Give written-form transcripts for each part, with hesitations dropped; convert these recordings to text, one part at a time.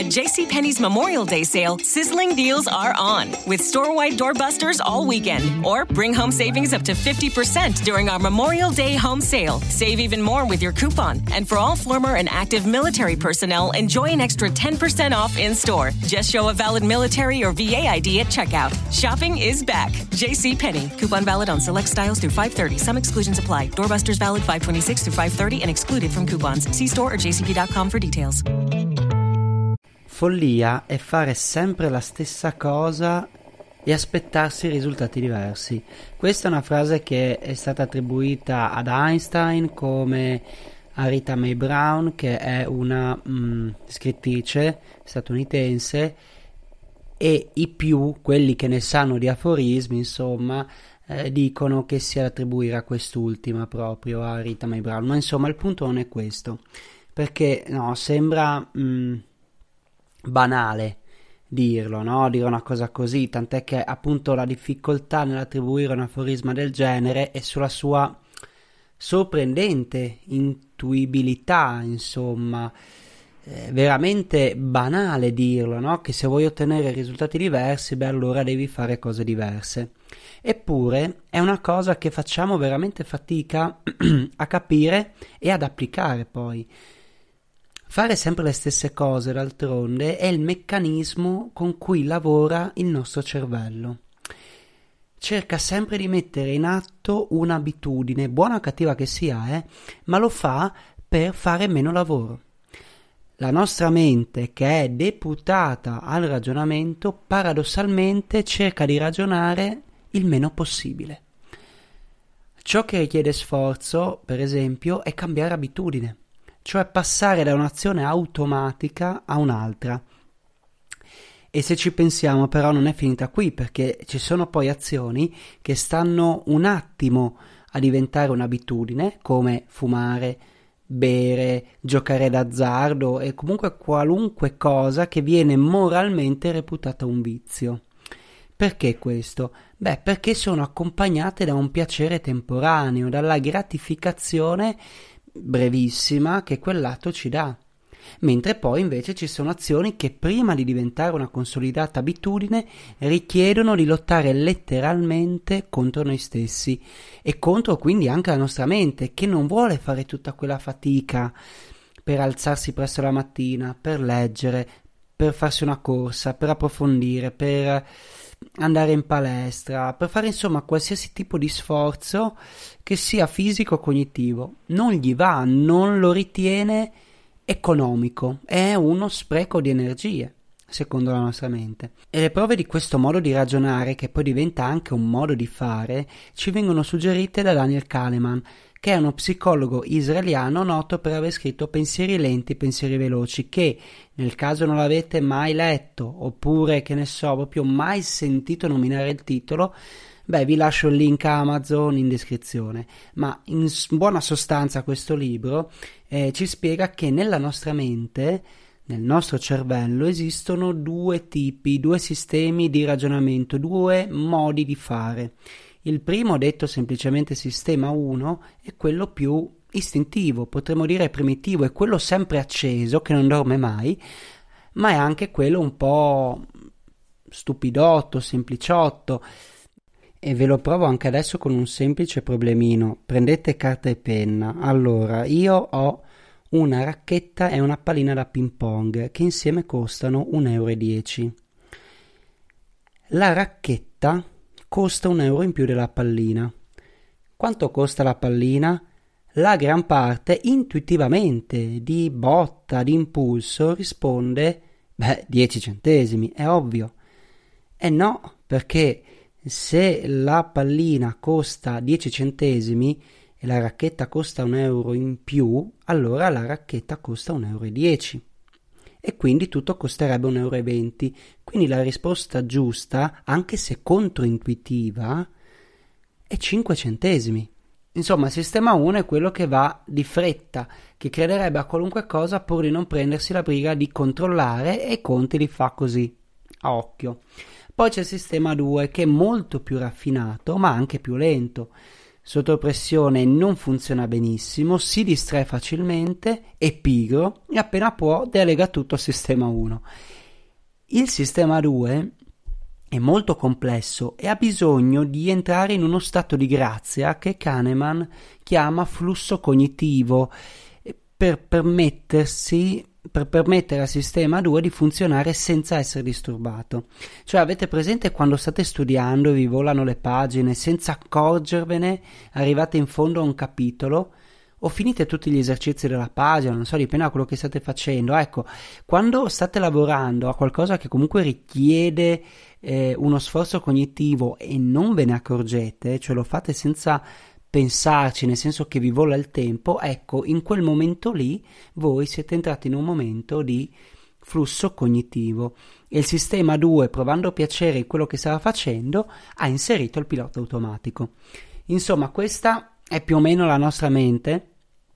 At JCPenney's Memorial Day sale, sizzling deals are on, with store-wide doorbusters all weekend. Or bring home savings up to 50% during our Memorial Day home sale. Save even more with your coupon. And for all former and active military personnel, enjoy an extra 10% off in-store. Just show a valid military or VA ID at checkout. Shopping is back. JCPenney. Coupon valid on select styles through 5/30. Some exclusions apply. Doorbusters valid 5/26 through 5/30 and excluded from coupons. See store or jcp.com for details. Follia è fare sempre la stessa cosa e aspettarsi risultati diversi. Questa è una frase che è stata attribuita ad Einstein come a Rita Mae Brown, che è una scrittrice statunitense, e i più, quelli che ne sanno di aforismi, insomma, dicono che sia da attribuire a quest'ultima, proprio a Rita Mae Brown. Ma insomma il punto non è questo, perché no, sembra banale dirlo, no? Dire una cosa così, tant'è che appunto la difficoltà nell'attribuire un aforisma del genere è sulla sua sorprendente intuibilità, insomma, veramente banale dirlo, no? Che se vuoi ottenere risultati diversi, beh, allora devi fare cose diverse. Eppure è una cosa che facciamo veramente fatica a capire e ad applicare poi. Fare sempre le stesse cose, d'altronde, è il meccanismo con cui lavora il nostro cervello. Cerca sempre di mettere in atto un'abitudine, buona o cattiva che sia, ma lo fa per fare meno lavoro. La nostra mente, che è deputata al ragionamento, paradossalmente cerca di ragionare il meno possibile. Ciò che richiede sforzo, per esempio, è cambiare abitudine, cioè passare da un'azione automatica a un'altra. E se ci pensiamo però non è finita qui, perché ci sono poi azioni che stanno un attimo a diventare un'abitudine, come fumare, bere, giocare d'azzardo e comunque qualunque cosa che viene moralmente reputata un vizio. Perché questo? Beh, perché sono accompagnate da un piacere temporaneo, dalla gratificazione brevissima che quell'atto ci dà, mentre poi invece ci sono azioni che prima di diventare una consolidata abitudine richiedono di lottare letteralmente contro noi stessi e contro quindi anche la nostra mente, che non vuole fare tutta quella fatica per alzarsi presto la mattina, per leggere, per farsi una corsa, per approfondire, per andare in palestra, per fare insomma qualsiasi tipo di sforzo che sia fisico o cognitivo. Non gli va, non lo ritiene economico, è uno spreco di energie, secondo la nostra mente. E le prove di questo modo di ragionare, che poi diventa anche un modo di fare, ci vengono suggerite da Daniel Kahneman, che è uno psicologo israeliano noto per aver scritto Pensieri lenti, pensieri veloci, che nel caso non l'avete mai letto, oppure che ne so, proprio mai sentito nominare il titolo, beh, vi lascio il link a Amazon in descrizione. Ma in buona sostanza questo libro ci spiega che nella nostra mente, nel nostro cervello, esistono due sistemi di ragionamento, due modi di fare. Il primo, detto semplicemente sistema 1, è quello più istintivo, potremmo dire primitivo, è quello sempre acceso, che non dorme mai, ma è anche quello un po' stupidotto, sempliciotto. E ve lo provo anche adesso con un semplice problemino. Prendete carta e penna. Allora, io ho una racchetta e una pallina da ping pong che insieme costano 1,10 euro. La racchetta costa 1 euro in più della pallina. Quanto costa la pallina? La gran parte, intuitivamente, di botta, di impulso, risponde 10 centesimi, è ovvio. E no, perché se la pallina costa 10 centesimi e la racchetta costa 1 euro in più, allora la racchetta costa 1,10 euro. E quindi tutto costerebbe 1,20 euro. Quindi la risposta giusta, anche se controintuitiva, è 5 centesimi. Insomma, il sistema 1 è quello che va di fretta, che crederebbe a qualunque cosa pur di non prendersi la briga di controllare, e i conti li fa così, a occhio. Poi c'è il sistema 2, che è molto più raffinato, ma anche più lento. sotto pressione non funziona benissimo, si distrae facilmente, è pigro e appena può delega tutto al sistema 1. Il sistema 2 è molto complesso e ha bisogno di entrare in uno stato di grazia che Kahneman chiama flusso cognitivo per permettere al sistema 2 di funzionare senza essere disturbato. Cioè, avete presente quando state studiando e vi volano le pagine senza accorgervene, arrivate in fondo a un capitolo o finite tutti gli esercizi della pagina, non so, dipende da quello che state facendo. Ecco, quando state lavorando a qualcosa che comunque richiede uno sforzo cognitivo e non ve ne accorgete, cioè lo fate senza pensarci, nel senso che vi vola il tempo, ecco, in quel momento lì voi siete entrati in un momento di flusso cognitivo e il sistema 2, provando piacere in quello che stava facendo, ha inserito il pilota automatico. Insomma, questa è più o meno la nostra mente,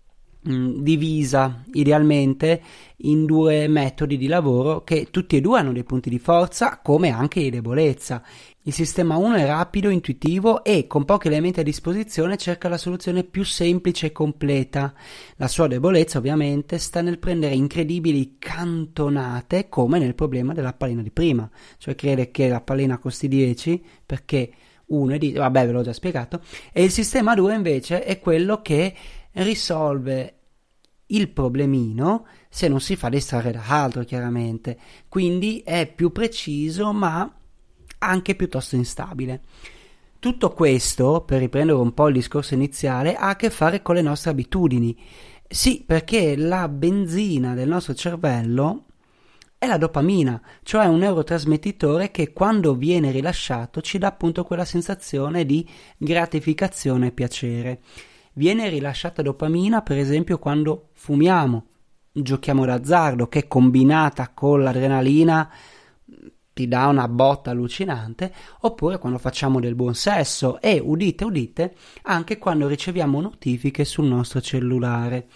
divisa idealmente in due metodi di lavoro che tutti e due hanno dei punti di forza come anche di debolezza. Il sistema 1 è rapido, intuitivo e con pochi elementi a disposizione cerca la soluzione più semplice e completa. La sua debolezza ovviamente sta nel prendere incredibili cantonate come nel problema della pallina di prima, cioè crede che la pallina costi 10 perché uno è vabbè, ve l'ho già spiegato, e il sistema 2 invece è quello che risolve il problemino se non si fa distrarre da altro, chiaramente, quindi è più preciso ma anche piuttosto instabile. Tutto questo, per riprendere un po' il discorso iniziale, ha a che fare con le nostre abitudini. Sì, perché la benzina del nostro cervello è la dopamina, cioè un neurotrasmettitore che quando viene rilasciato ci dà appunto quella sensazione di gratificazione e piacere. Viene rilasciata dopamina per esempio quando fumiamo, giochiamo d'azzardo, che combinata con l'adrenalina ti dà una botta allucinante, oppure quando facciamo del buon sesso e, udite udite, anche quando riceviamo notifiche sul nostro cellulare.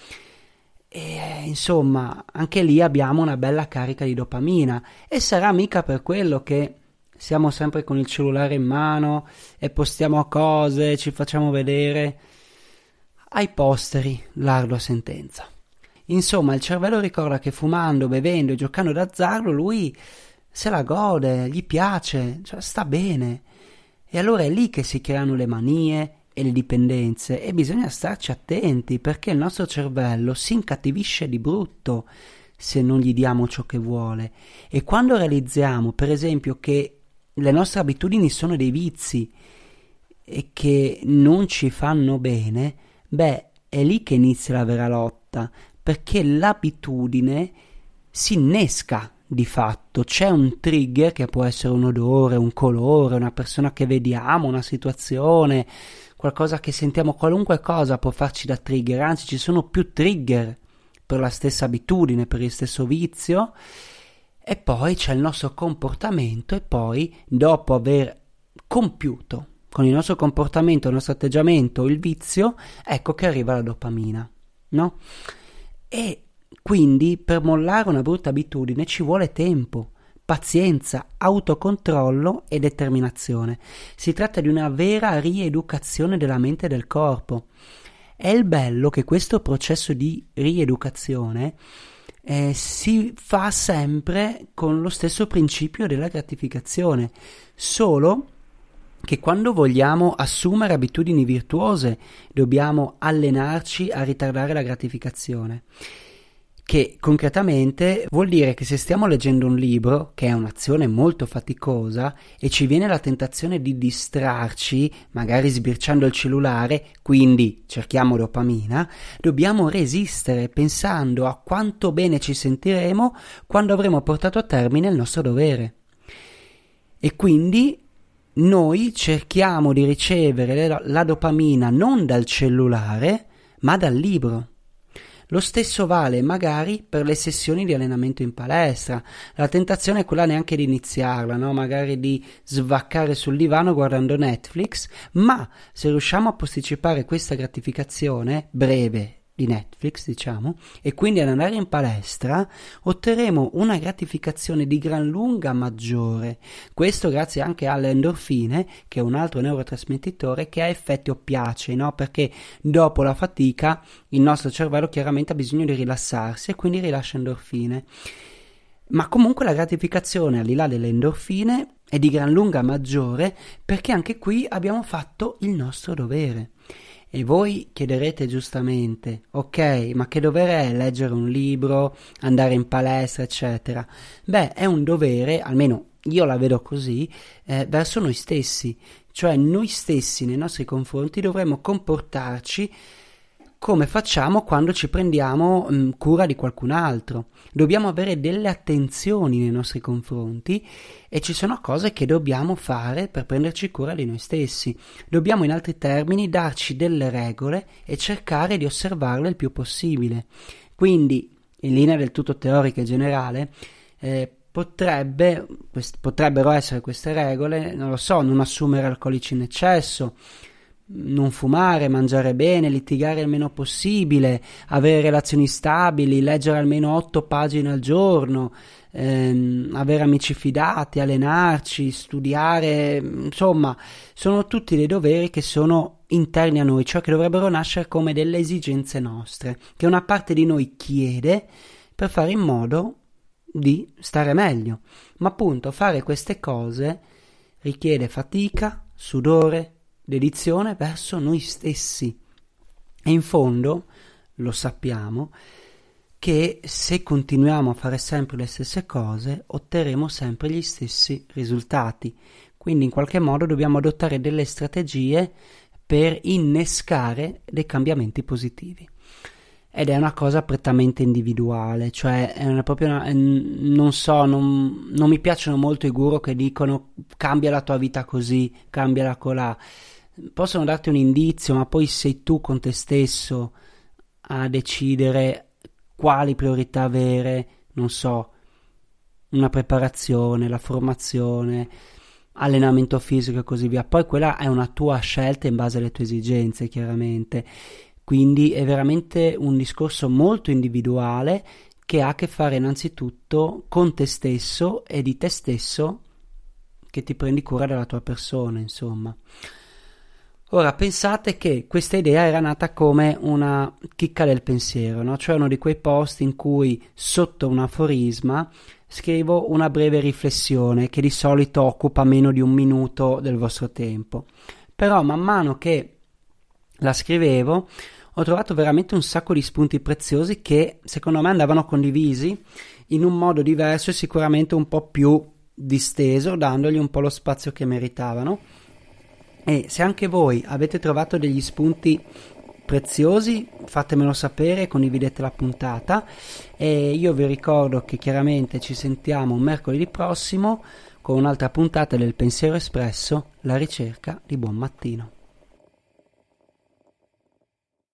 E insomma, anche lì abbiamo una bella carica di dopamina e sarà mica per quello che siamo sempre con il cellulare in mano e postiamo cose, ci facciamo vedere. Ai posteri, l'ardua sentenza. Insomma, il cervello ricorda che fumando, bevendo e giocando d'azzardo lui se la gode, gli piace, cioè sta bene. E allora è lì che si creano le manie e le dipendenze e bisogna starci attenti perché il nostro cervello si incattivisce di brutto se non gli diamo ciò che vuole. E quando realizziamo, per esempio, che le nostre abitudini sono dei vizi e che non ci fanno bene, beh, è lì che inizia la vera lotta, perché l'abitudine si innesca di fatto. C'è un trigger che può essere un odore, un colore, una persona che vediamo, una situazione, qualcosa che sentiamo, qualunque cosa può farci da trigger, anzi ci sono più trigger per la stessa abitudine, per il stesso vizio, e poi c'è il nostro comportamento e poi dopo aver compiuto con il nostro comportamento, il nostro atteggiamento, il vizio, ecco che arriva la dopamina, no? E quindi per mollare una brutta abitudine ci vuole tempo, pazienza, autocontrollo e determinazione. Si tratta di una vera rieducazione della mente e del corpo. È il bello che questo processo di rieducazione si fa sempre con lo stesso principio della gratificazione, solo che quando vogliamo assumere abitudini virtuose dobbiamo allenarci a ritardare la gratificazione, che concretamente vuol dire che se stiamo leggendo un libro, che è un'azione molto faticosa, e ci viene la tentazione di distrarci, magari sbirciando il cellulare, quindi cerchiamo dopamina, dobbiamo resistere pensando a quanto bene ci sentiremo quando avremo portato a termine il nostro dovere. E quindi noi cerchiamo di ricevere la dopamina non dal cellulare, ma dal libro. Lo stesso vale magari per le sessioni di allenamento in palestra. La tentazione è quella neanche di iniziarla, no? Magari di svaccare sul divano guardando Netflix, ma se riusciamo a posticipare questa gratificazione breve di Netflix, diciamo, e quindi ad andare in palestra, otterremo una gratificazione di gran lunga maggiore. Questo grazie anche alle endorfine, che è un altro neurotrasmettitore che ha effetti oppiacei, no? Perché dopo la fatica il nostro cervello chiaramente ha bisogno di rilassarsi e quindi rilascia endorfine. Ma comunque la gratificazione, al di là delle endorfine, è di gran lunga maggiore, perché anche qui abbiamo fatto il nostro dovere. E voi chiederete giustamente, ok, ma che dovere è leggere un libro, andare in palestra, eccetera? Beh, è un dovere, almeno io la vedo così, verso noi stessi. Cioè noi stessi nei nostri confronti dovremmo comportarci come facciamo quando ci prendiamo cura di qualcun altro. Dobbiamo avere delle attenzioni nei nostri confronti e ci sono cose che dobbiamo fare per prenderci cura di noi stessi. Dobbiamo, in altri termini, darci delle regole e cercare di osservarle il più possibile. Quindi, in linea del tutto teorica e generale, potrebbero essere queste regole, non lo so, non assumere alcolici in eccesso, non fumare, mangiare bene, litigare il meno possibile, avere relazioni stabili, leggere almeno 8 pagine al giorno, avere amici fidati, allenarci, studiare, insomma, sono tutti dei doveri che sono interni a noi, cioè che dovrebbero nascere come delle esigenze nostre, che una parte di noi chiede per fare in modo di stare meglio. Ma appunto fare queste cose richiede fatica, sudore, dedizione verso noi stessi. E in fondo lo sappiamo che se continuiamo a fare sempre le stesse cose otterremo sempre gli stessi risultati. Quindi in qualche modo dobbiamo adottare delle strategie per innescare dei cambiamenti positivi. Ed è una cosa prettamente individuale, cioè è proprio non mi piacciono molto i guru che dicono cambia la tua vita così, cambiala colà. Possono darti un indizio, ma poi sei tu con te stesso a decidere quali priorità avere, non so, una preparazione, la formazione, allenamento fisico e così via. Poi quella è una tua scelta in base alle tue esigenze, chiaramente. Quindi è veramente un discorso molto individuale che ha a che fare innanzitutto con te stesso e di te stesso che ti prendi cura della tua persona, insomma. Ora pensate che questa idea era nata come una chicca del pensiero, no? Cioè uno di quei post in cui sotto un aforisma scrivo una breve riflessione che di solito occupa meno di 1 minuto del vostro tempo. Però man mano che la scrivevo ho trovato veramente un sacco di spunti preziosi che secondo me andavano condivisi in un modo diverso e sicuramente un po' più disteso, dandogli un po' lo spazio che meritavano. E se anche voi avete trovato degli spunti preziosi fatemelo sapere, condividete la puntata e io vi ricordo che chiaramente ci sentiamo mercoledì prossimo con un'altra puntata del Pensiero Espresso, la ricerca di buon mattino.